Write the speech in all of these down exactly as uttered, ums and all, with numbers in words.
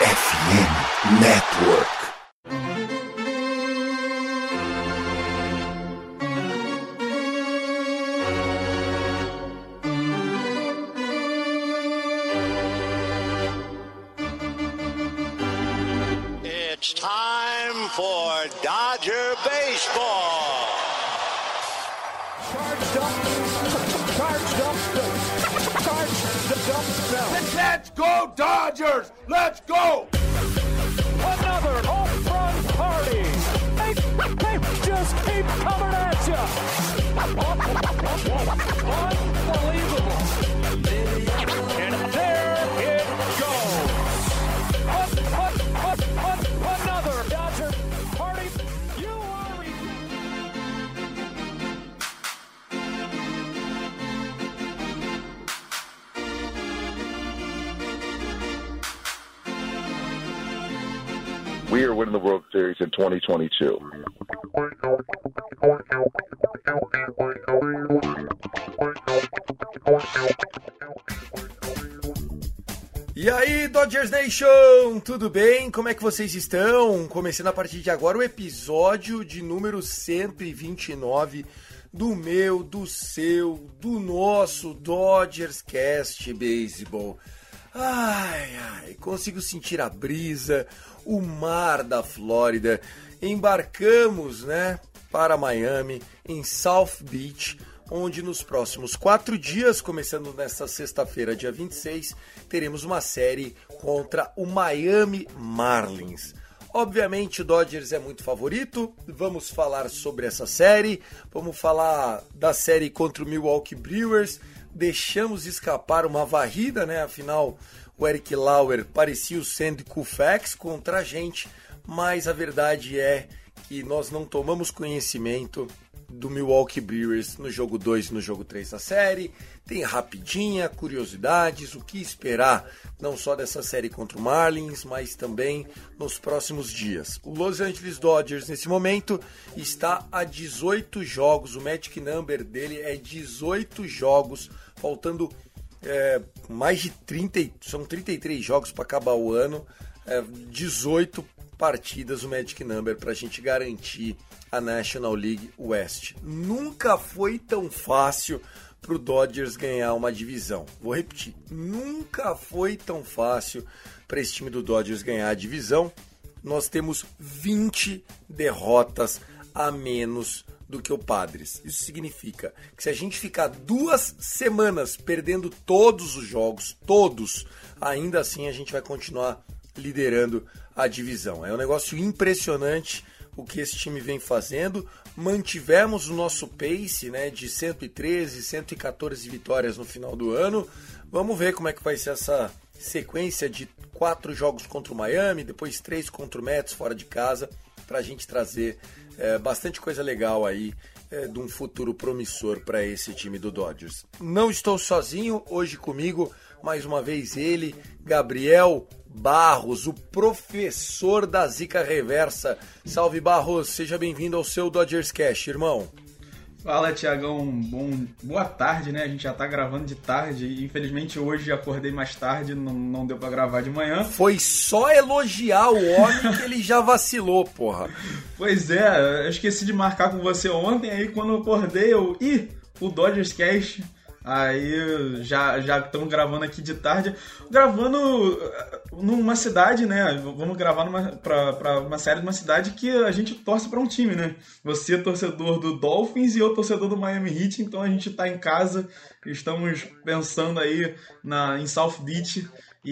F M Network. It's time for Dodger Baseball. Charged up, charged up, charged up. Let's go Dodgers! Let's go! Another home run party. They, they just keep coming at you. Unbelievable. And there it goes. Un, un, un, un, another Dodger party. You are. We are winning the World Series in twenty twenty-two. E aí, Dodgers Nation, tudo bem? Como é que vocês estão? Começando a partir de agora o episódio de número cento e vinte e nove do meu, do seu, do nosso Dodgers Cast Baseball. Ai, ai, consigo sentir a brisa, o mar da Flórida. Embarcamos, né, para Miami, em South Beach, onde nos próximos quatro dias, começando nesta sexta-feira, dia vinte e seis, teremos uma série contra o Miami Marlins. Obviamente o Dodgers é muito favorito, vamos falar sobre essa série, vamos falar da série contra o Milwaukee Brewers. Deixamos escapar uma varrida, né? Afinal, o Eric Lauer parecia o Sandy Koufax contra a gente, mas a verdade é que nós não tomamos conhecimento do Milwaukee Brewers no jogo dois e no jogo três da série. Tem rapidinha, curiosidades, o que esperar, não só dessa série contra o Marlins, mas também nos próximos dias. O Los Angeles Dodgers, nesse momento, está a dezoito jogos, o Magic Number dele é dezoito jogos, faltando é, mais de trinta, são trinta e três jogos para acabar o ano, é, dezoito partidas o Magic Number para a gente garantir a National League West. Nunca foi tão fácil para o Dodgers ganhar uma divisão. Vou repetir, nunca foi tão fácil para esse time do Dodgers ganhar a divisão. Nós temos vinte derrotas a menos do que o Padres. Isso significa que se a gente ficar duas semanas perdendo todos os jogos, todos, ainda assim a gente vai continuar liderando a divisão. É um negócio impressionante o que esse time vem fazendo. Mantivemos o nosso pace, né, de cento e treze, cento e quatorze vitórias no final do ano. Vamos ver como é que vai ser essa sequência de quatro jogos contra o Miami, depois três contra o Mets fora de casa, para a gente trazer é, bastante coisa legal aí é, de um futuro promissor para esse time do Dodgers. Não estou sozinho, hoje comigo, mais uma vez ele, Gabriel Barros, o professor da zica reversa. Salve, Barros, seja bem-vindo ao seu Dodgers Cast, irmão. Fala, Tiagão, bom, boa tarde, né? A gente já tá gravando de tarde e infelizmente hoje acordei mais tarde, não, não deu pra gravar de manhã. Foi só elogiar o homem que ele já vacilou, porra. Pois é, eu esqueci de marcar com você ontem, aí quando eu acordei eu... Ih, o Dodgers Cast... Aí já já estamos gravando aqui de tarde, gravando numa cidade, né? Vamos gravar numa, pra, pra uma série de uma cidade que a gente torce para um time, né? Você é torcedor do Dolphins e eu torcedor do Miami Heat, então a gente tá em casa, estamos pensando aí na, em South Beach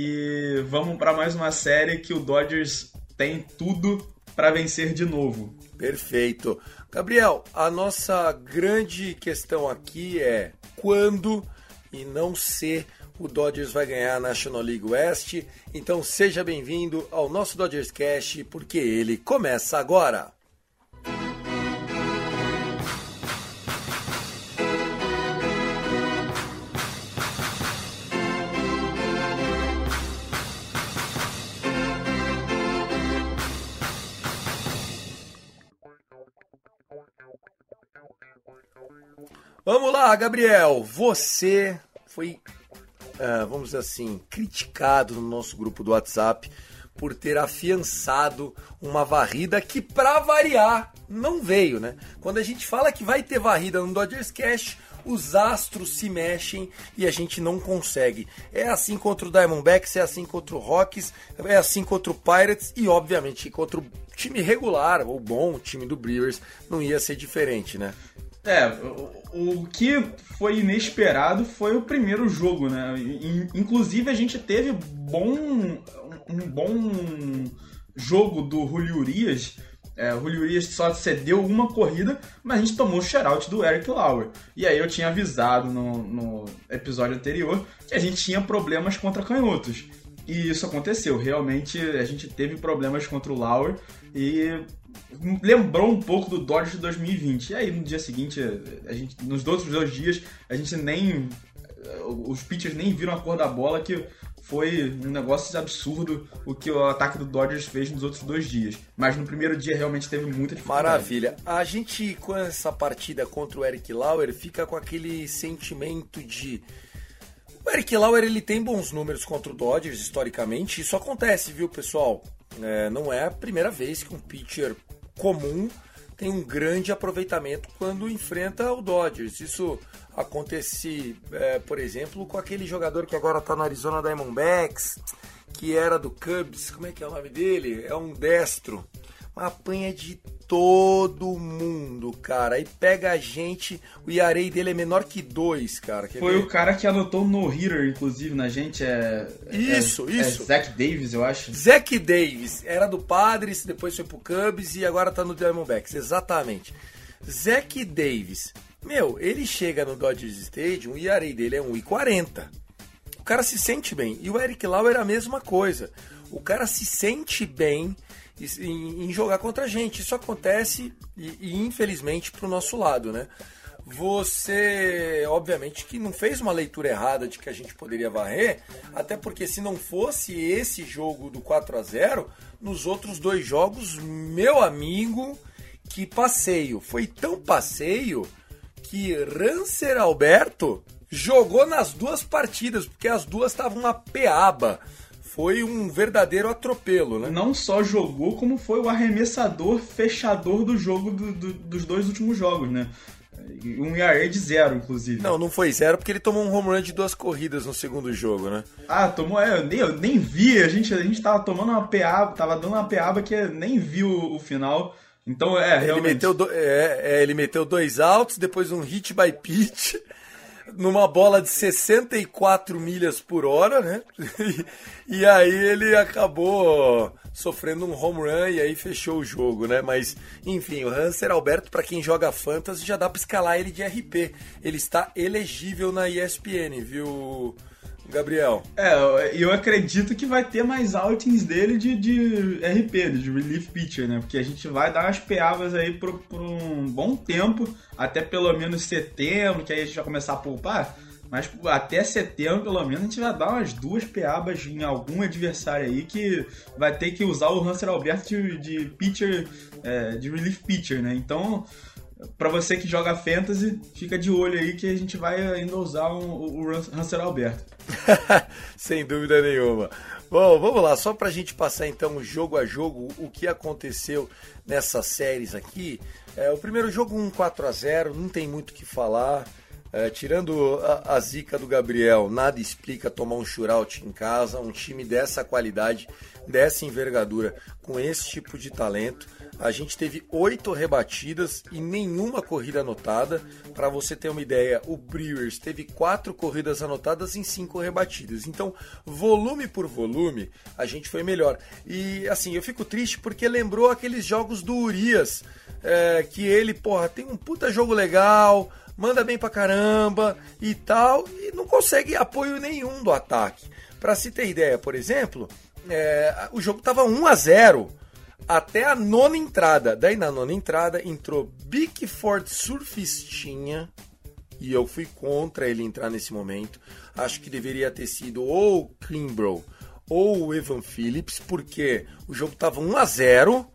e vamos para mais uma série que o Dodgers tem tudo para vencer de novo. Perfeito. Gabriel, a nossa grande questão aqui é quando e não se o Dodgers vai ganhar a National League West. Então seja bem-vindo ao nosso Dodgers Cast, porque ele começa agora. Vamos lá, Gabriel. Você foi, uh, vamos dizer assim, criticado no nosso grupo do WhatsApp por ter afiançado uma varrida que, pra variar, não veio, né? Quando a gente fala que vai ter varrida no Dodgers Cash, os astros se mexem e a gente não consegue. É assim contra o Diamondbacks, é assim contra o Rockies, é assim contra o Pirates e, obviamente, contra o time regular, ou bom, o time do Brewers, não ia ser diferente, né? É, o, o que foi inesperado foi o primeiro jogo, né? Inclusive, a gente teve bom, um bom jogo do Julio Urias. É, o Julio Urias só cedeu uma corrida, mas a gente tomou o shutout do Eric Lauer. E aí eu tinha avisado no, no episódio anterior que a gente tinha problemas contra canhotos. E isso aconteceu. Realmente a gente teve problemas contra o Lauer e lembrou um pouco do Dodgers de dois mil e vinte. E aí no dia seguinte, a gente, nos outros dois dias, a gente nem... os pitchers nem viram a cor da bola, que foi um negócio absurdo o que o ataque do Dodgers fez nos outros dois dias. Mas no primeiro dia realmente teve muita dificuldade. Maravilha. A gente, com essa partida contra o Eric Lauer, fica com aquele sentimento de... O Eric Lauer, ele tem bons números contra o Dodgers, historicamente. Isso acontece, viu, pessoal? É, não é a primeira vez que um pitcher comum tem um grande aproveitamento quando enfrenta o Dodgers. Isso acontece, é, por exemplo, com aquele jogador que agora está no Arizona Diamondbacks, que era do Cubs. Como é que é o nome dele? É um destro. Uma apanha de todo mundo, cara. Aí pega a gente, o E R A dele é menor que dois, cara. Quer Foi ver? o cara que anotou no hitter, inclusive, na gente. É, isso, é, isso. É Zach Davis, eu acho. Zach Davis. Era do Padres, depois foi pro Cubs e agora tá no Diamondbacks. Exatamente. Zach Davis. Meu, ele chega no Dodgers Stadium, o E R A dele é um e quarenta. O cara se sente bem. E o Eric Lauer é a mesma coisa. O cara se sente bem em, em jogar contra a gente. Isso acontece, e, e infelizmente, pro nosso lado, né? Você, obviamente, que não fez uma leitura errada de que a gente poderia varrer, até porque se não fosse esse jogo do quatro a zero, nos outros dois jogos, meu amigo, que passeio. Foi tão passeio que Rancer Alberto jogou nas duas partidas, porque as duas estavam uma peaba. Foi um verdadeiro atropelo, né? Não só jogou, como foi o arremessador fechador do jogo do, do, dos dois últimos jogos, né? Um E R A de zero, inclusive. Não, não foi zero, porque ele tomou um home run de duas corridas no segundo jogo, né? Ah, tomou, é, eu nem, eu nem vi, a gente, a gente tava tomando uma peaba, tava dando uma peaba que nem viu o, o final. Então, é, realmente... Ele meteu, do, é, é, ele meteu dois outs, depois um hit by pitch, numa bola de sessenta e quatro milhas por hora, né? E, e aí ele acabou sofrendo um home run e aí fechou o jogo, né? Mas, enfim, o Rancer Alberto, para quem joga Fantasy, já dá para escalar ele de R P. Ele está elegível na E S P N, viu, Gabriel? É, eu acredito que vai ter mais outings dele de, de R P, de Relief Pitcher, né? Porque a gente vai dar umas peabas aí por, por um bom tempo, até pelo menos setembro, que aí a gente vai começar a poupar. Mas até setembro, pelo menos, a gente vai dar umas duas peabas em algum adversário aí que vai ter que usar o Rancer Alberto de, de pitcher, é, de Relief Pitcher, né? Então... Pra você que joga Fantasy, fica de olho aí que a gente vai ainda usar um, o Rancer Alberto. Sem dúvida nenhuma. Bom, vamos lá, só pra gente passar então jogo a jogo o que aconteceu nessas séries aqui. É, o primeiro jogo um quatro a zero, não tem muito o que falar. É, tirando a, a zica do Gabriel, nada explica tomar um shootout em casa, um time dessa qualidade, dessa envergadura, com esse tipo de talento. A gente teve oito rebatidas e nenhuma corrida anotada. Para você ter uma ideia, o Brewers teve quatro corridas anotadas em cinco rebatidas. Então, volume por volume, a gente foi melhor. E assim, eu fico triste porque lembrou aqueles jogos do Urias, é, que ele, porra, tem um puta jogo legal, manda bem pra caramba e tal, e não consegue apoio nenhum do ataque. Pra se ter ideia, por exemplo, é, o jogo tava um a zero até a nona entrada. Daí na nona entrada entrou Bickford Surfistinha, e eu fui contra ele entrar nesse momento. Acho que deveria ter sido ou o Kimbrough ou o Evan Phillips, porque o jogo tava um a zero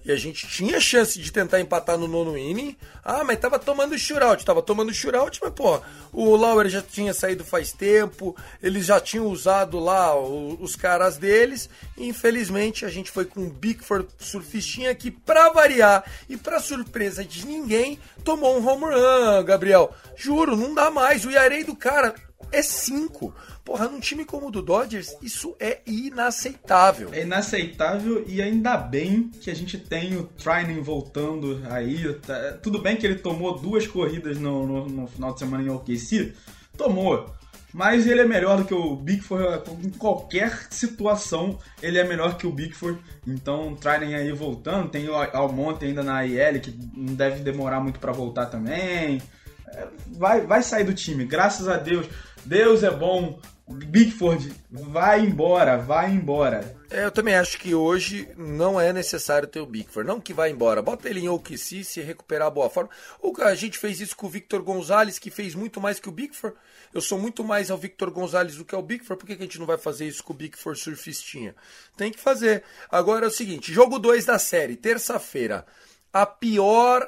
E a gente tinha chance de tentar empatar no nono inning. Ah, mas tava tomando shootout. Tava tomando shootout, mas, pô, o Lauer já tinha saído faz tempo. Eles já tinham usado lá os, os caras deles. E, infelizmente, a gente foi com o Bickford surfistinha que, pra variar e pra surpresa de ninguém, tomou um home run, Gabriel. Juro, não dá mais. O E R A do cara é cinco. Porra, num time como o do Dodgers, isso é inaceitável. É inaceitável e ainda bem que a gente tem o Trinan voltando aí. Tá, tudo bem que ele tomou duas corridas no, no, no final de semana em O K C. Tomou. Mas ele é melhor do que o Bickford. Em qualquer situação, ele é melhor que o Bickford. Então, o Trinan aí voltando. Tem o Almonte ainda na I L, que não deve demorar muito para voltar também. Vai, vai sair do time, graças a Deus. Deus é bom. Bickford, vai embora, vai embora. É, eu também acho que hoje não é necessário ter o Bickford. Não que vá embora. Bota ele em O K C, se recuperar a boa forma. Ou a gente fez isso com o Victor Gonzalez, que fez muito mais que o Bickford. Eu sou muito mais ao Victor Gonzalez do que ao Bickford. Por que a gente não vai fazer isso com o Bickford surfistinha? Tem que fazer. Agora é o seguinte, jogo dois da série, terça-feira. A pior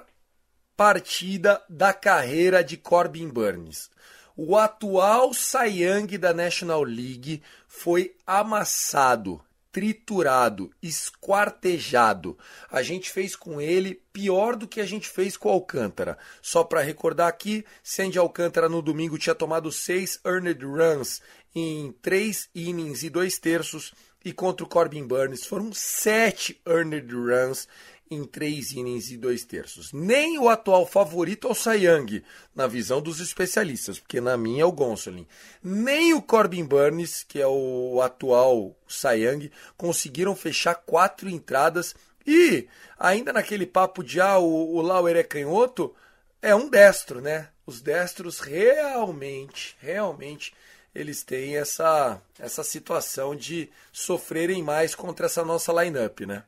partida da carreira de Corbin Burnes. O atual Cy Young da National League foi amassado, triturado, esquartejado. A gente fez com ele pior do que a gente fez com o Alcântara. Só para recordar aqui, Sandy Alcântara no domingo tinha tomado seis earned runs em três innings e dois terços. E contra o Corbin Burnes foram sete earned runs em três innings e dois terços. Nem o atual favorito ao Cy Young, na visão dos especialistas, porque na minha é o Gonsolin, nem o Corbin Burnes, que é o atual Cy Young, conseguiram fechar quatro entradas. E ainda naquele papo de ah, o, o Lauer é canhoto, é um destro, né? Os destros realmente, realmente, eles têm essa, essa situação de sofrerem mais contra essa nossa lineup, né?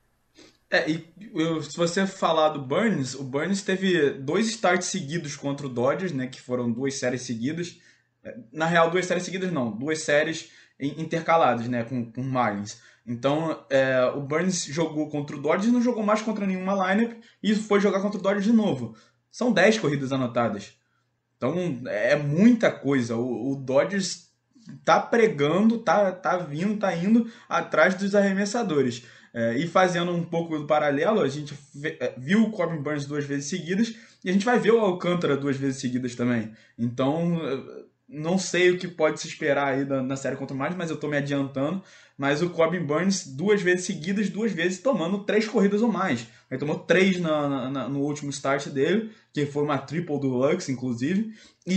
É, e eu, se você falar do Burnes, o Burnes teve dois starts seguidos contra o Dodgers, né, que foram duas séries seguidas. Na real, duas séries seguidas não, duas séries intercaladas, né, com, com Marlins. Então, é, o Burnes jogou contra o Dodgers e não jogou mais contra nenhuma lineup e foi jogar contra o Dodgers de novo. São dez corridas anotadas. Então, é muita coisa. O, o Dodgers tá pregando, tá, tá vindo, tá indo atrás dos arremessadores. É, e fazendo um pouco do paralelo, a gente viu o Corbin Burnes duas vezes seguidas e a gente vai ver o Alcântara duas vezes seguidas também. Então, não sei o que pode se esperar aí na série contra o Marlins, mas eu tô me adiantando. Mas o Corbin Burnes duas vezes seguidas, duas vezes tomando três corridas ou mais. Ele tomou três na, na, no último start dele, que foi uma triple do Lux, inclusive,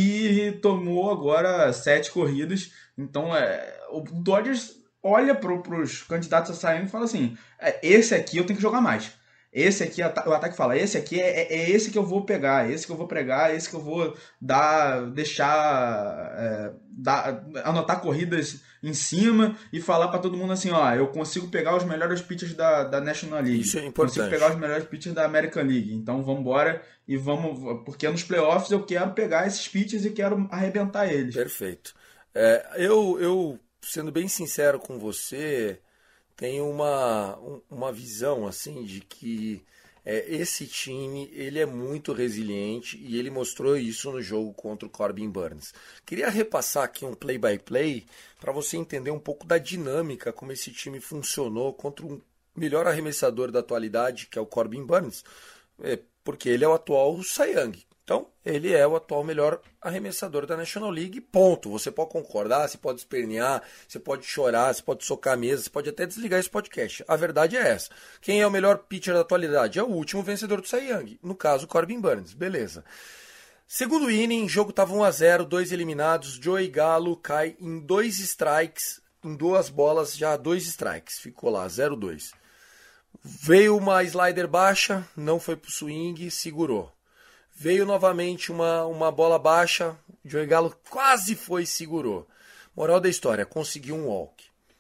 e tomou agora sete corridas. Então, é, o Dodgers olha para os candidatos a sair e fala assim, esse aqui eu tenho que jogar mais. Esse aqui, o ataque fala, esse aqui é, é, é esse que eu vou pegar, esse que eu vou pregar, esse que eu vou dar, deixar, é, dar, anotar corridas em cima e falar para todo mundo assim, ó, eu consigo pegar os melhores pitchers da, da National League. Isso é importante. Consigo pegar os melhores pitchers da American League. Então vamos embora e vamos, porque nos playoffs eu quero pegar esses pitchers e quero arrebentar eles. Perfeito. É, eu, eu, sendo bem sincero com você, tenho uma, uma visão assim de que é, esse time ele é muito resiliente e ele mostrou isso no jogo contra o Corbin Burnes. Queria repassar aqui um play-by-play para você entender um pouco da dinâmica, como esse time funcionou contra o melhor arremessador da atualidade, que é o Corbin Burnes, é, porque ele é o atual Cy Young. Então, ele é o atual melhor arremessador da National League, ponto. Você pode concordar, você pode espernear, você pode chorar, você pode socar a mesa, você pode até desligar esse podcast. A verdade é essa. Quem é o melhor pitcher da atualidade? É o último vencedor do Cy Young. No caso, Corbin Burnes. Beleza. Segundo inning, o jogo estava um a zero, dois eliminados. Joey Gallo cai em dois strikes, em duas bolas, já dois strikes. Ficou lá, zero dois. Veio uma slider baixa, não foi pro swing, segurou. Veio novamente uma, uma bola baixa, o Joey Gallo quase foi e segurou. Moral da história, conseguiu um walk.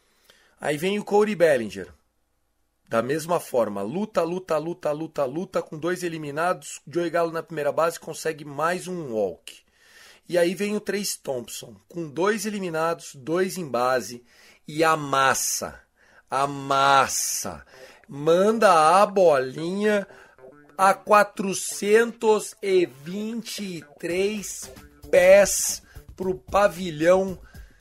Aí vem o Cody Bellinger. Da mesma forma, luta, luta, luta, luta, luta, com dois eliminados, o Joey Gallo na primeira base consegue mais um walk. E aí vem o Trayce Thompson, com dois eliminados, dois em base, e amassa, amassa. manda a bolinha a quatrocentos e vinte e três pés pro pavilhão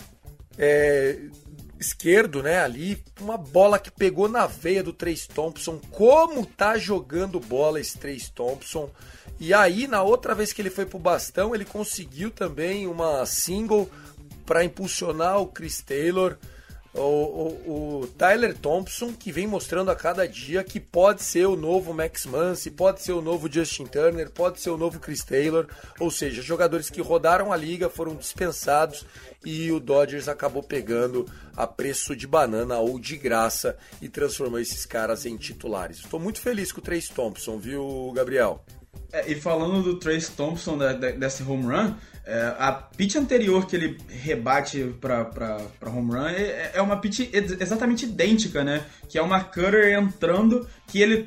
é, esquerdo, né, ali, uma bola que pegou na veia do Trayce Thompson. Como tá jogando bola esse Trayce Thompson. E aí, na outra vez que ele foi pro bastão, ele conseguiu também uma single para impulsionar o Chris Taylor. O, o, o Tyler Thompson, que vem mostrando a cada dia que pode ser o novo Max Muncy, pode ser o novo Justin Turner, pode ser o novo Chris Taylor, ou seja, jogadores que rodaram a liga, foram dispensados e o Dodgers acabou pegando a preço de banana ou de graça e transformou esses caras em titulares. Estou muito feliz com o Trayce Thompson, viu, Gabriel? É, e falando do Trayce Thompson, da, da, desse home run, é, a pitch anterior que ele rebate pra, pra, pra home run é, é uma pitch exatamente idêntica, né? Que é uma cutter entrando, que ele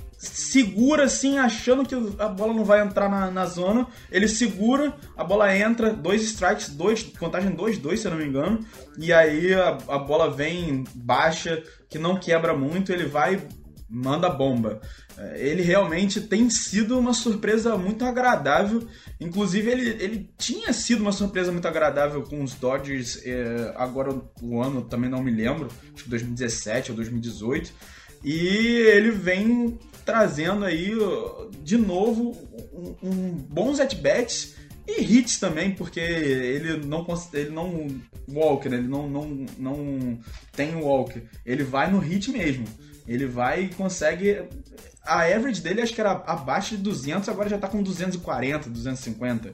segura assim, achando que a bola não vai entrar na, na zona, ele segura, a bola entra, dois strikes, dois, contagem dois dois, se eu não me engano, e aí a, a bola vem baixa, que não quebra muito, ele vai... manda bomba. Ele realmente tem sido uma surpresa muito agradável. Inclusive, ele, ele tinha sido uma surpresa muito agradável com os Dodgers. É, agora, o ano também não me lembro. Acho que dois mil e dezessete ou dois mil e dezoito. E ele vem trazendo aí, de novo, um, um bons at-bats e hits também, porque ele não, ele não walk, né? Ele não, não, não tem walk. Ele vai no hit mesmo. Ele vai e consegue... A average dele acho que era abaixo de duzentos, agora já tá com duzentos e quarenta, duzentos e cinquenta.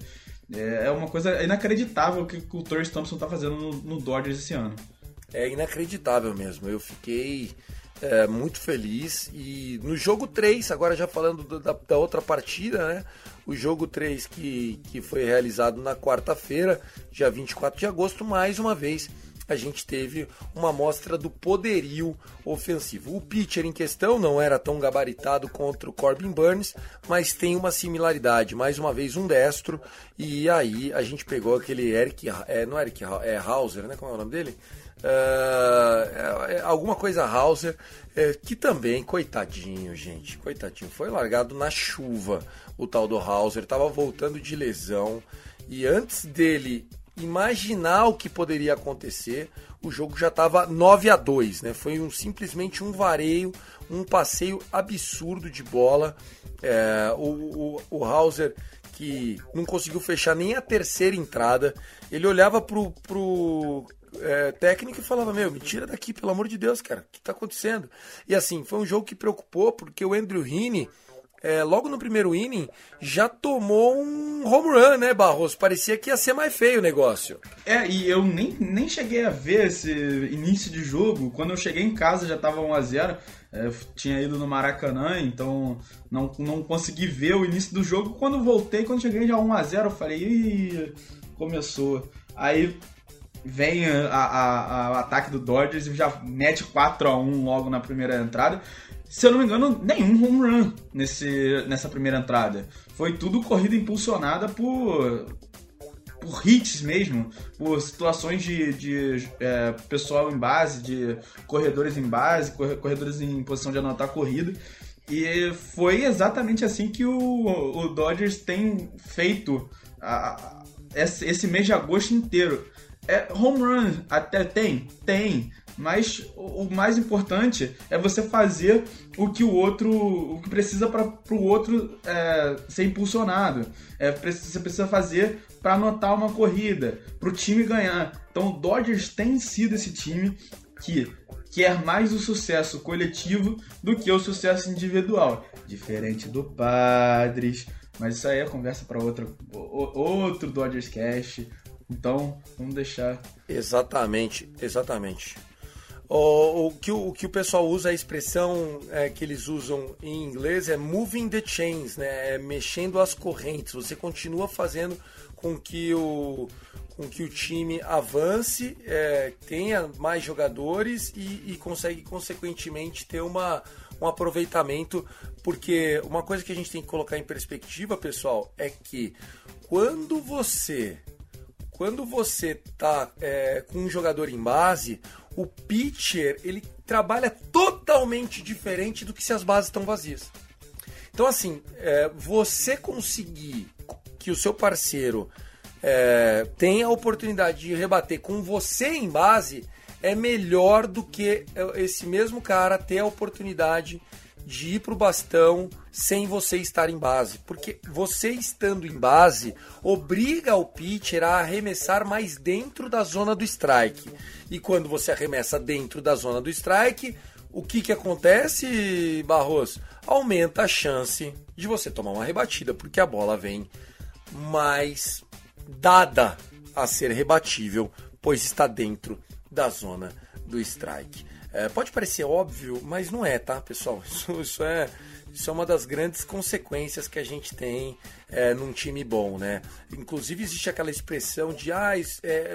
É uma coisa inacreditável que o Trayce Thompson tá fazendo no, no Dodgers esse ano. É inacreditável mesmo. Eu fiquei é, muito feliz. E no jogo três, agora já falando do, da, da outra partida, né? O jogo três que, que foi realizado na quarta-feira, dia vinte e quatro de agosto, mais uma vez... a gente teve uma amostra do poderio ofensivo. O pitcher em questão não era tão gabaritado contra o Corbin Burnes, mas tem uma similaridade, mais uma vez um destro, e aí a gente pegou aquele Eric, é, não é Eric, é Hauser, né? Como é o nome dele? Uh, é, é, alguma coisa Hauser, é, que também, coitadinho, gente, coitadinho, foi largado na chuva. O tal do Hauser estava voltando de lesão, e antes dele imaginar o que poderia acontecer, o jogo já estava nove a dois, né? Foi um, simplesmente um vareio, um passeio absurdo de bola. É, o, o, o Hauser, que não conseguiu fechar nem a terceira entrada, ele olhava pro, pro é, técnico e falava: meu, me tira daqui, pelo amor de Deus, cara, o que tá acontecendo? E assim, foi um jogo que preocupou, porque o Andrew Heaney, É, logo no primeiro inning, já tomou um home run, né, Barros? Parecia que ia ser mais feio o negócio. É, e eu nem, nem cheguei a ver esse início de jogo. Quando eu cheguei em casa já tava um a zero. É, tinha ido no Maracanã, então não, não consegui ver o início do jogo. Quando voltei, quando cheguei já um a zero, eu falei: ih, começou. Aí vem a, a, a, o ataque do Dodgers e já mete quatro a um logo na primeira entrada. Se eu não me engano, nenhum home run nesse, nessa primeira entrada. Foi tudo corrida impulsionada por, por hits mesmo, por situações de, de é, pessoal em base, de corredores em base, corredores em posição de anotar a corrida. E foi exatamente assim que o, o Dodgers tem feito a, a, esse, esse mês de agosto inteiro. É, home run até tem? Tem. Mas o mais importante é você fazer o que o outro, o que precisa para o outro é, ser impulsionado. É, você precisa fazer para anotar uma corrida, para o time ganhar. Então o Dodgers tem sido esse time que quer mais o sucesso coletivo do que o sucesso individual. Diferente do Padres, mas isso aí é conversa para outro, outro Dodgers Cast. Então vamos deixar... Exatamente, exatamente. O, o, que o, o que o pessoal usa, a expressão é, que eles usam em inglês é moving the chains, né? É mexendo as correntes. Você continua fazendo com que o, com que o time avance, é, tenha mais jogadores e, e consegue, consequentemente, ter uma, um aproveitamento. Porque uma coisa que a gente tem que colocar em perspectiva, pessoal, é que quando você... Quando você tá é, com um jogador em base, o pitcher ele trabalha totalmente totalmente diferente do que se as bases estão vazias. Então, assim, é, você conseguir que o seu parceiro é, tenha a oportunidade de rebater com você em base é melhor do que esse mesmo cara ter a oportunidade de ir pro bastão sem você estar em base. Porque você estando em base obriga o pitcher a arremessar mais dentro da zona do strike. E quando você arremessa dentro da zona do strike, o que que acontece, Barros? Aumenta a chance de você tomar uma rebatida, porque a bola vem mais dada a ser rebatível, pois está dentro da zona do strike. É, pode parecer óbvio, mas não é, tá, pessoal? Isso, isso, é, isso é uma das grandes consequências que a gente tem é, num time bom, né? Inclusive existe aquela expressão de ah, é,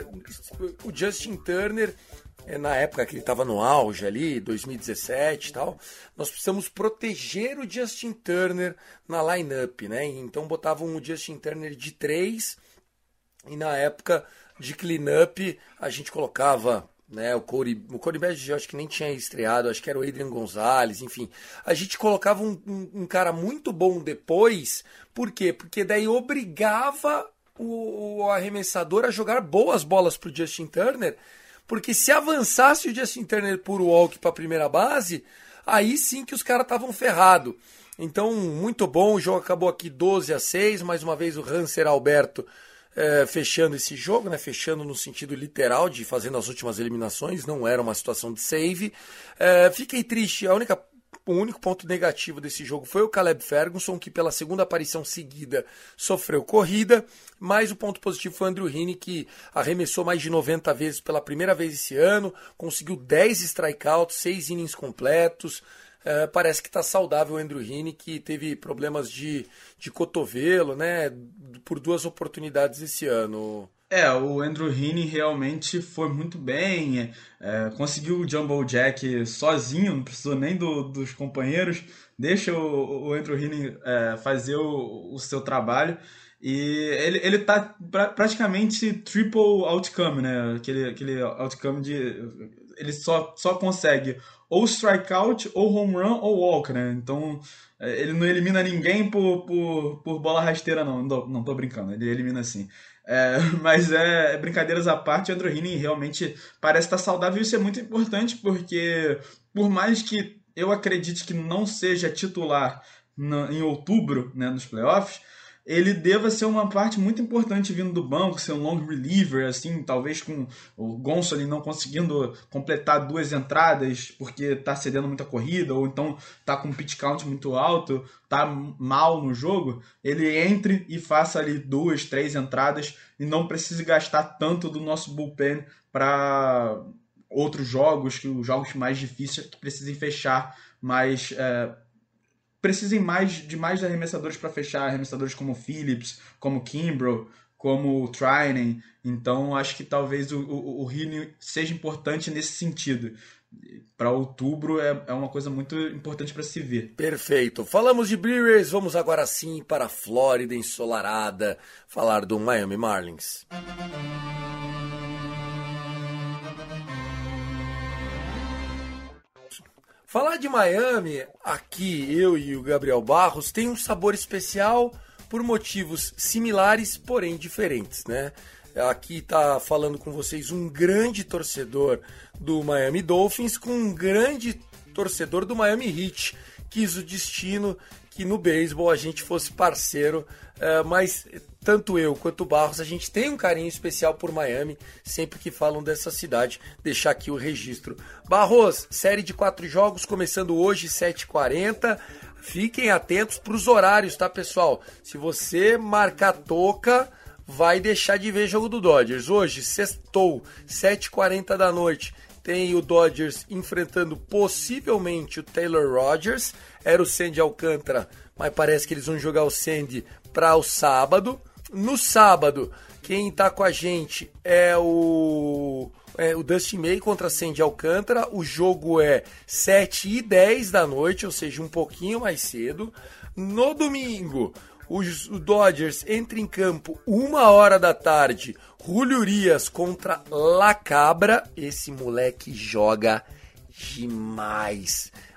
o Justin Turner, é, na época que ele estava no auge ali, dois mil e dezessete e tal, nós precisamos proteger o Justin Turner na lineup, né? Então botavam o Justin Turner de três e na época de cleanup a gente colocava, né, o Cody, o Cody Bellinger eu acho que nem tinha estreado, acho que era o Adrian Gonzalez, enfim, a gente colocava um, um, um cara muito bom depois, por quê? Porque daí obrigava o, o arremessador a jogar boas bolas pro Justin Turner, porque se avançasse o Justin Turner por walk para a primeira base, aí sim que os caras estavam ferrados. Então, muito bom, o jogo acabou aqui doze a seis, mais uma vez o Hanser Alberto É, fechando esse jogo, né? Fechando no sentido literal de fazendo as últimas eliminações, não era uma situação de save. É, fiquei triste, a única, o único ponto negativo desse jogo foi o Caleb Ferguson, que pela segunda aparição seguida sofreu corrida, mas o ponto positivo foi o Andrew Heaney, que arremessou mais de noventa vezes pela primeira vez esse ano, conseguiu dez strikeouts, seis innings completos. É, parece que está saudável o Andrew Heaney, que teve problemas de, de cotovelo, né, por duas oportunidades esse ano. É, o Andrew Heaney realmente foi muito bem, é, conseguiu o Jumbo Jack sozinho, não precisou nem do, dos companheiros, deixa o, o Andrew Heaney é, fazer o, o seu trabalho. E ele, ele tá pra, praticamente triple outcome, né? Aquele, aquele outcome de... Ele só, só consegue ou strikeout, ou home run, ou walk, né? Então, ele não elimina ninguém por, por, por bola rasteira, não. Não tô, não tô brincando, ele elimina sim. É, mas é brincadeiras à parte, o Andrew Heaney realmente parece estar saudável. Isso é muito importante porque, por mais que eu acredite que não seja titular na, em outubro, né, nos playoffs, ele deva ser uma parte muito importante vindo do banco, ser um long reliever, assim, talvez com o Gonsolin não conseguindo completar duas entradas porque está cedendo muita corrida, ou então está com um pitch count muito alto, está mal no jogo, ele entre e faça ali duas, três entradas e não precise gastar tanto do nosso bullpen para outros jogos, que os jogos mais difíceis que precisem fechar mais... É, precisem mais de mais arremessadores para fechar, arremessadores como Phillips, como Kimbrel, como Trinan. Então, acho que talvez o, o, o Heaney seja importante nesse sentido. Para outubro é, é uma coisa muito importante para se ver. Perfeito. Falamos de Brewers, vamos agora sim para a Flórida ensolarada, falar do Miami Marlins. Falar de Miami, aqui eu e o Gabriel Barros, tem um sabor especial por motivos similares, porém diferentes, né? Aqui tá falando com vocês um grande torcedor do Miami Dolphins com um grande torcedor do Miami Heat. Quis o destino que no beisebol a gente fosse parceiro, mas tanto eu quanto o Barros, a gente tem um carinho especial por Miami, sempre que falam dessa cidade, deixar aqui o registro. Barros, série de quatro jogos, começando hoje, sete e quarenta, fiquem atentos para os horários, tá, pessoal? Se você marcar toca, vai deixar de ver jogo do Dodgers. Hoje, sextou, sete e quarenta da noite, tem o Dodgers enfrentando possivelmente o Taylor Rogers, era o Sandy Alcântara, mas parece que eles vão jogar o Sandy para o sábado. No sábado, quem tá com a gente é o, é o Dustin May contra Sandy Alcântara. O jogo é sete e dez da noite, ou seja, um pouquinho mais cedo. No domingo, o Dodgers entra em campo uma hora da tarde. Julio Urias contra La Cabra. Esse moleque joga demais.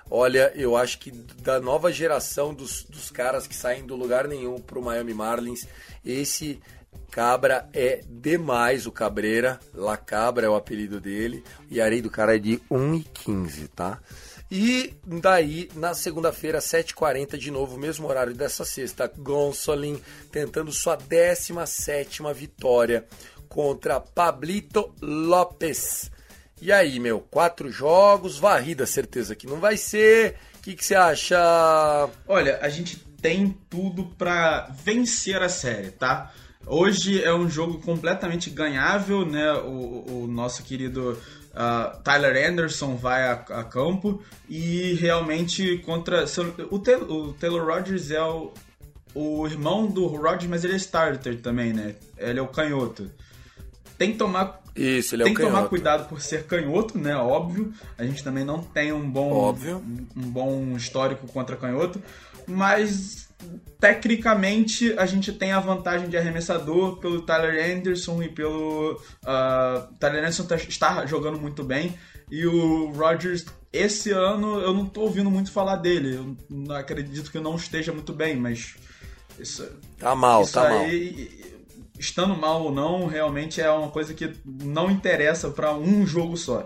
olha, eu acho que da nova geração dos, dos caras que saem do lugar nenhum pro Miami Marlins, esse cabra é demais, o Cabreira. La Cabra é o apelido dele. E a areia do cara é de um e quinze, tá? E daí, na segunda-feira, sete e quarenta, de novo, mesmo horário dessa sexta, Gonsolin tentando sua décima sétima vitória contra Pablito Lopes. E aí, meu, quatro jogos, varrida, certeza que não vai ser. O que, que você acha? Olha, a gente tem tudo pra vencer a série, tá? Hoje é um jogo completamente ganhável, né? O, o nosso querido uh, Tyler Anderson vai a, a campo e realmente contra... O Taylor, o Taylor Rogers é o, o irmão do Rogers, mas ele é starter também, né? Ele é o canhoto. Tem que tomar, Isso, ele é tem o que canhoto. tomar cuidado por ser canhoto, né? Óbvio. A gente também não tem um bom, Óbvio. um, um bom histórico contra canhoto, mas tecnicamente a gente tem a vantagem de arremessador pelo Tyler Anderson e pelo uh, Tyler Anderson tá, está jogando muito bem, e o Rogers esse ano eu não tô ouvindo muito falar dele. Eu não acredito que eu não esteja muito bem, mas isso, Tá mal, isso tá aí, mal. Estando mal ou não, realmente é uma coisa que não interessa para um jogo só.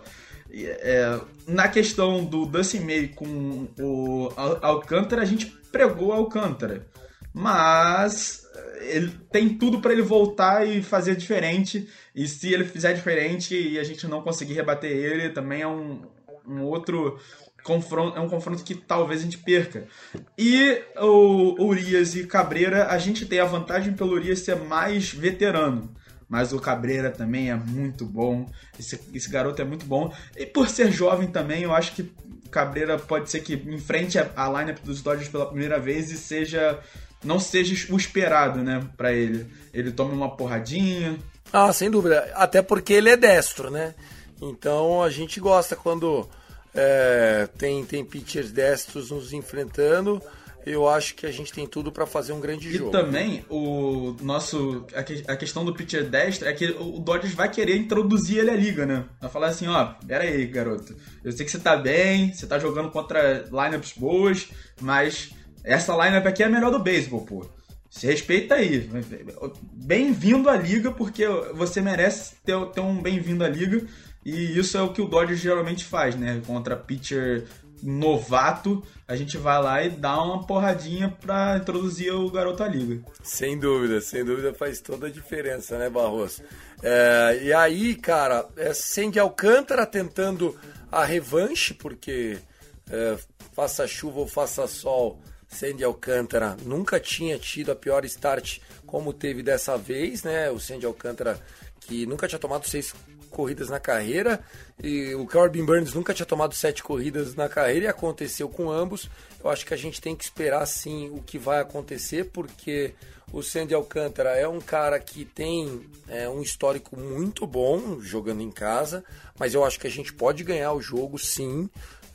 É, na questão do Dustin May com o Alcântara, a gente pregou o Alcântara, mas ele tem tudo para ele voltar e fazer diferente, e se ele fizer diferente e a gente não conseguir rebater ele, também é um, um outro confronto, é um confronto que talvez a gente perca. E o Urias e Cabreira, a gente tem a vantagem pelo Urias ser mais veterano, mas o Cabreira também é muito bom, esse, esse garoto é muito bom, e por ser jovem também, eu acho que Cabreira pode ser que enfrente a, a lineup dos Dodgers pela primeira vez e seja, não seja o esperado, né, pra ele. Ele tome uma porradinha. Ah, sem dúvida, até porque ele é destro, né? Então a gente gosta quando é, tem, tem pitchers destros nos enfrentando. Eu acho que a gente tem tudo para fazer um grande e jogo. E também, o nosso, a, que, a questão do pitcher destro é que o Dodgers vai querer introduzir ele à liga, né? Vai falar assim, ó, pera aí, garoto. Eu sei que você tá bem, você tá jogando contra lineups boas, mas essa lineup aqui é a melhor do beisebol, pô. Se respeita aí. Bem-vindo à liga, porque você merece ter, ter um bem-vindo à liga. E isso é o que o Dodgers geralmente faz, né? Contra pitcher novato, a gente vai lá e dá uma porradinha pra introduzir o garoto à liga. Sem dúvida, sem dúvida faz toda a diferença, né, Barros? É, e aí, cara, é Sandy Alcântara tentando a revanche, porque é, faça chuva ou faça sol, Sandy Alcântara nunca tinha tido a pior start como teve dessa vez, né? O Sandy Alcântara que nunca tinha tomado seis corridas na carreira, e o Corbin Burnes nunca tinha tomado sete corridas na carreira, e aconteceu com ambos. Eu acho que a gente tem que esperar sim o que vai acontecer, porque o Sandy Alcântara é um cara que tem é, um histórico muito bom jogando em casa, mas eu acho que a gente pode ganhar o jogo sim.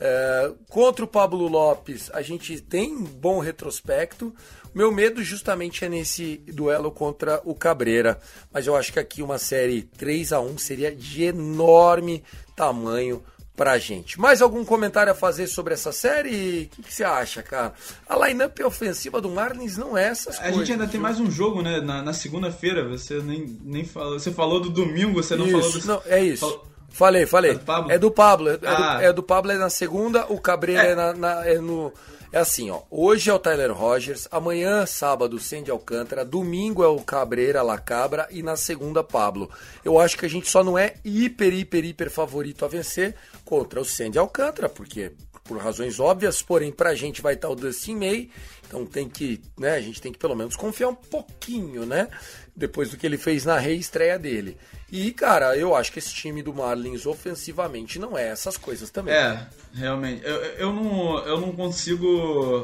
É, contra o Pablo Lopes a gente tem bom retrospecto. Meu medo justamente é nesse duelo contra o Cabreira, mas eu acho que aqui uma série três a um seria de enorme tamanho pra gente. Mais algum comentário a fazer sobre essa série? O que, que você acha, cara? A lineup ofensiva do Marlins não é essas a coisas. A gente ainda tem mais um jogo, né? Na, na segunda-feira, você nem, nem falou. Você falou do domingo, você não isso, falou do... Não, é isso. Falou... Falei, falei. É do Pablo? É do Pablo. É, ah. do, é do Pablo é na segunda, o Cabreira é, é, na, na, é no... É assim, ó. Hoje é o Tyler Rogers, amanhã, sábado, Sandy Alcântara, domingo é o Cabreira, La Cabra e na segunda, Pablo. Eu acho que a gente só não é hiper, hiper, hiper favorito a vencer contra o Sandy Alcântara, porque por razões óbvias, porém pra gente vai estar o Dustin May, então tem que, né, a gente tem que pelo menos confiar um pouquinho, né, depois do que ele fez na reestreia dele. E, cara, eu acho que esse time do Marlins ofensivamente não é essas coisas também. É, realmente. Eu, eu, não, eu não consigo...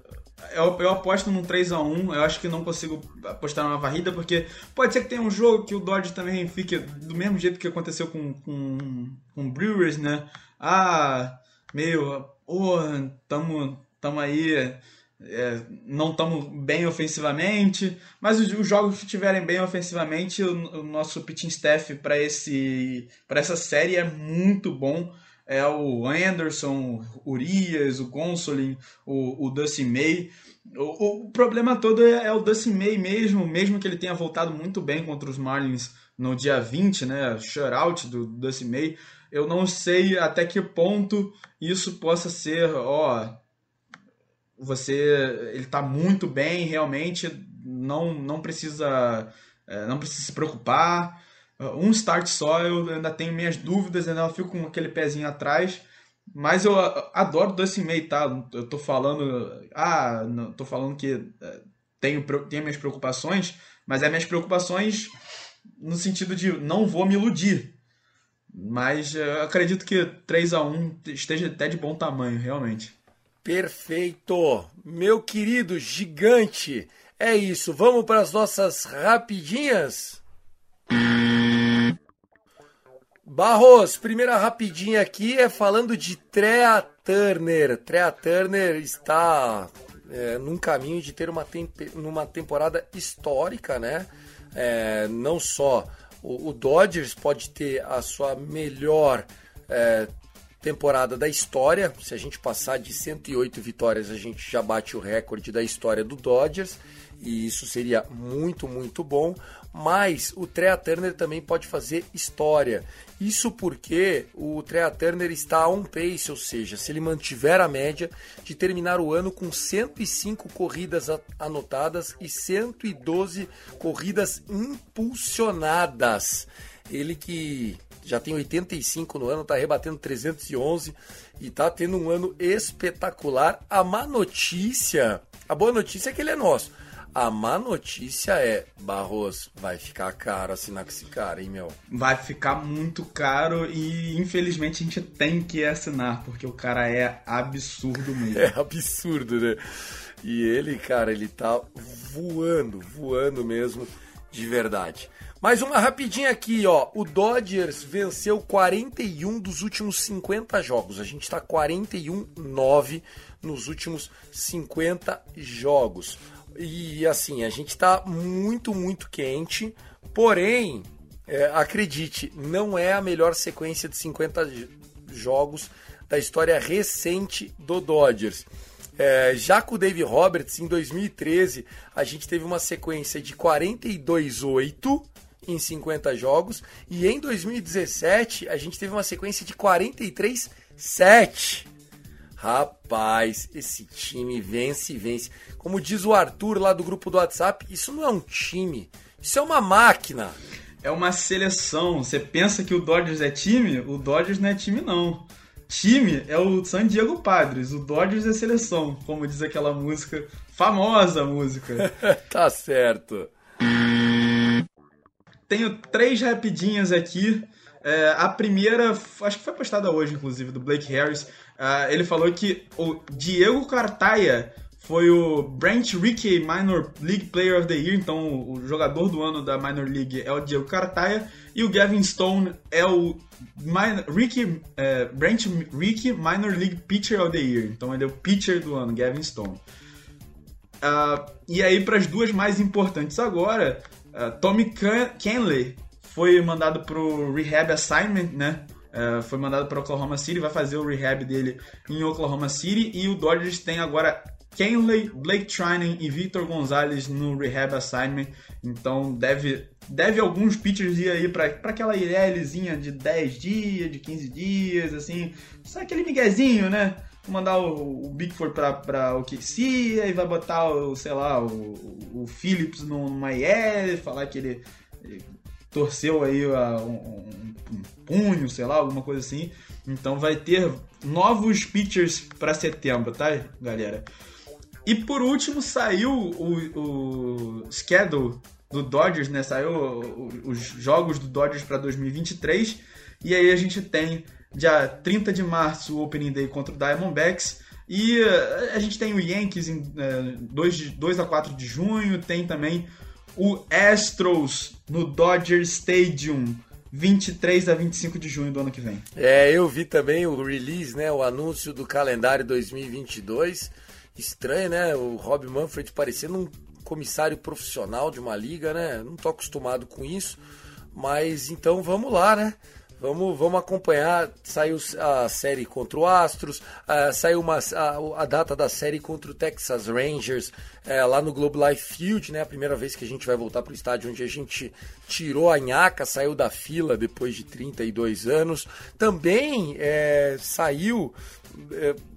Eu, eu aposto num três a um, eu acho que não consigo apostar numa varrida, porque pode ser que tenha um jogo que o Dodge também fique do mesmo jeito que aconteceu com com, com Brewers, né? Ah, meio... Oh, tamo, tamo aí... É, não estamos bem ofensivamente, mas os, os jogos que estiverem bem ofensivamente, o, o nosso pitching staff para esse para essa série é muito bom. é o Anderson, o Urias, o Gonsolin, o, o Dustin May. O, o problema todo é, é o Dustin May mesmo, mesmo que ele tenha voltado muito bem contra os Marlins no dia vinte, né, shutout do Dustin May. Eu não sei até que ponto isso possa ser, ó, você, ele tá muito bem, realmente, não, não precisa, é, não precisa se preocupar. Um start só, eu ainda tenho minhas dúvidas, ainda fico com aquele pezinho atrás, mas eu adoro o Dustin May, tá? Eu tô falando, ah, não, tô falando que tenho, tenho minhas preocupações, mas é minhas preocupações no sentido de não vou me iludir. Mas eu acredito que três a um esteja até de bom tamanho, realmente. Perfeito! Meu querido gigante, é isso. Vamos para as nossas rapidinhas? Barros, primeira rapidinha aqui é falando de Trea Turner. Trea Turner está é, num caminho de ter uma, temp- numa temporada histórica, né? É, não só o, o Dodgers pode ter a sua melhor é, temporada da história. Se a gente passar de cento e oito vitórias, a gente já bate o recorde da história do Dodgers. E isso seria muito, muito bom. Mas o Trea Turner também pode fazer história. Isso porque o Trea Turner está a um pace, ou seja, se ele mantiver a média de terminar o ano com cento e cinco corridas anotadas e cento e doze corridas impulsionadas. Ele que já tem oitenta e cinco no ano, está rebatendo trezentos e onze e está tendo um ano espetacular. A má notícia, a boa notícia é que ele é nosso. A má notícia é, Barros, vai ficar caro assinar com esse cara, hein, meu? Vai ficar muito caro e, infelizmente, a gente tem que assinar, porque o cara é absurdo mesmo. É absurdo, né? E ele, cara, ele tá voando, voando mesmo, de verdade. Mais uma rapidinha aqui, ó. O Dodgers venceu quarenta e um dos últimos cinquenta jogos. A gente tá quarenta e um a nove nos últimos cinquenta jogos. E assim, a gente tá muito, muito quente, porém, é, acredite, não é a melhor sequência de cinquenta jogos da história recente do Dodgers. É, já com o Dave Roberts, em dois mil e treze, a gente teve uma sequência de quarenta e dois a oito em cinquenta jogos, e em dois mil e dezessete, a gente teve uma sequência de quarenta e três a sete. Rapaz, esse time vence e vence. Como diz o Arthur lá do grupo do WhatsApp, isso não é um time, isso é uma máquina. É uma seleção. Você pensa que o Dodgers é time? O Dodgers não é time, não. Time é o San Diego Padres, o Dodgers é seleção, como diz aquela música, famosa música. Tá certo. Tenho três rapidinhas aqui. É, a primeira, acho que foi postada hoje, inclusive, do Blake Harris. Uh, ele falou que o Diego Cartaya foi o Brent Rickey Minor League Player of the Year, então o jogador do ano da Minor League é o Diego Cartaya, e o Gavin Stone é o Minor, Rickey, uh, Brent Rickey Minor League Pitcher of the Year, então ele é o pitcher do ano, Gavin Stone. Uh, e aí, para as duas mais importantes agora, uh, Tommy Kahnle foi mandado pro Rehab Assignment, né? Uh, foi mandado para Oklahoma City, vai fazer o rehab dele em Oklahoma City, e o Dodgers tem agora Kahnle, Blake Treinen e Victor Gonzalez no Rehab Assignment, então deve, deve alguns pitchers ir aí para aquela ILzinha de dez dias, de quinze dias, assim, só aquele miguezinho, né? Vou mandar o, o Bickford para o O K C, aí vai botar, o, sei lá, o, o Phillips numa I L, falar que ele... ele torceu aí uh, um, um punho, sei lá, alguma coisa assim. Então vai ter novos pitchers para setembro, tá, galera? E por último saiu o, o schedule do Dodgers, né? Saiu o, os jogos do Dodgers para dois mil e vinte e três. E aí a gente tem dia trinta de março o Opening Day contra o Diamondbacks. E uh, a gente tem o Yankees em uh, dois a quatro de junho. Tem também o Astros no Dodger Stadium, vinte e três a vinte e cinco de junho do ano que vem. É, eu vi também o release, né, o anúncio do calendário dois mil e vinte e dois. Estranho, né, o Rob Manfred parecendo um comissário profissional de uma liga, né? Não tô acostumado com isso, mas então vamos lá, né? Vamos, vamos acompanhar. Saiu a série contra o Astros, uh, saiu uma, a, a data da série contra o Texas Rangers, uh, lá no Globe Life Field, né? A primeira vez que a gente vai voltar para o estádio onde a gente tirou a nhaca, saiu da fila depois de trinta e dois anos. Também uh, saiu... Uh,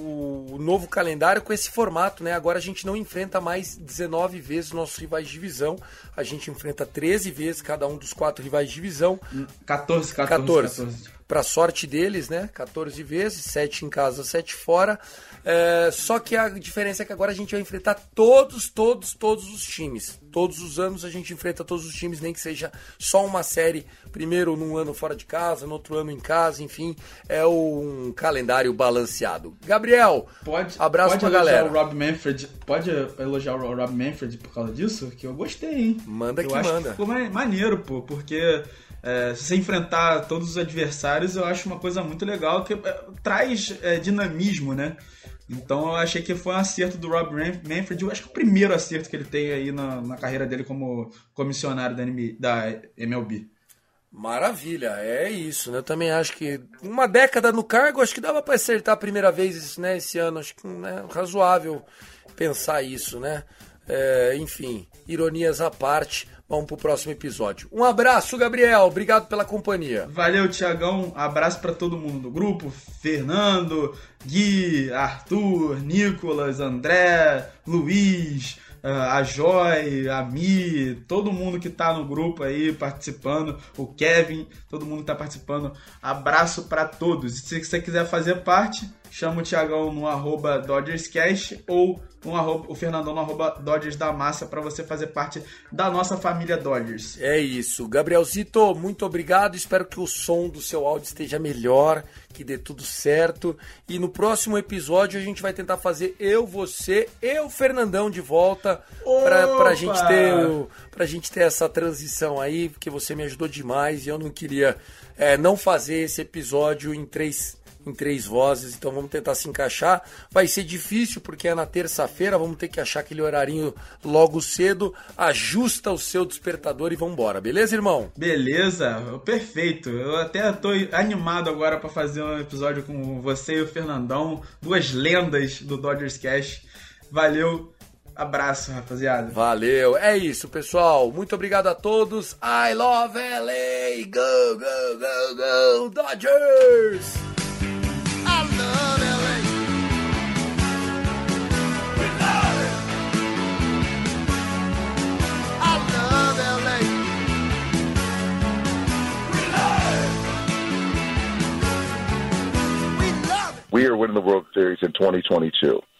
o novo calendário com esse formato, né? Agora a gente não enfrenta mais dezenove vezes nossos rivais de divisão, a gente enfrenta treze vezes cada um dos quatro rivais de divisão. catorze, catorze, catorze. catorze. Para sorte deles, né? catorze vezes, sete em casa, sete fora. É, só que a diferença é que agora a gente vai enfrentar todos, todos, todos os times. Todos os anos a gente enfrenta todos os times, nem que seja só uma série, primeiro num ano fora de casa, no outro ano em casa, enfim, é um calendário balanceado. Gabriel, pode, abraço pode pra galera. O Rob Manfred, pode elogiar o Rob Manfred por causa disso? Que eu gostei, hein? Manda eu que acho manda. Que ficou maneiro, pô, porque... É, se você enfrentar todos os adversários, eu acho uma coisa muito legal, que é, traz é, dinamismo, né? Então eu achei que foi um acerto do Rob Manfred, eu acho que é o primeiro acerto que ele tem aí na, na carreira dele como comissionário da, da M L B. Maravilha, é isso, né? Eu também acho que uma década no cargo, acho que dava para acertar a primeira vez, né, esse ano, acho que é razoável pensar isso, né? É, enfim, ironias à parte, vamos pro próximo episódio. Um abraço, Gabriel, obrigado pela companhia. Valeu, Tiagão, abraço para todo mundo do grupo, Fernando, Gui, Arthur, Nicolas, André, Luiz, a Joy, a Mi, todo mundo que tá no grupo aí participando, o Kevin, todo mundo que tá participando, abraço para todos. Se você quiser fazer parte, chama o Tiagão no arroba DodgersCast ou no arroba, o Fernandão no arroba Dodgers da Massa para você fazer parte da nossa família Dodgers. É isso. Gabrielzito, muito obrigado. Espero que o som do seu áudio esteja melhor, que dê tudo certo. E no próximo episódio a gente vai tentar fazer eu, você e o Fernandão de volta pra, pra, gente ter, pra gente ter essa transição aí, porque você me ajudou demais e eu não queria é, não fazer esse episódio em três... em três vozes, então vamos tentar se encaixar. Vai ser difícil porque é na terça-feira, vamos ter que achar aquele horarinho logo cedo, ajusta o seu despertador e vambora, beleza, irmão? Beleza, perfeito. Eu até tô animado agora para fazer um episódio com você e o Fernandão, duas lendas do Dodgers Cast. Valeu, abraço, rapaziada. Valeu, é isso, pessoal. Muito obrigado a todos. I love L A, go, go, go, go, Dodgers! I love L A. We love it. I love L A. We love it. We love it. We are winning the World Series in twenty twenty-two.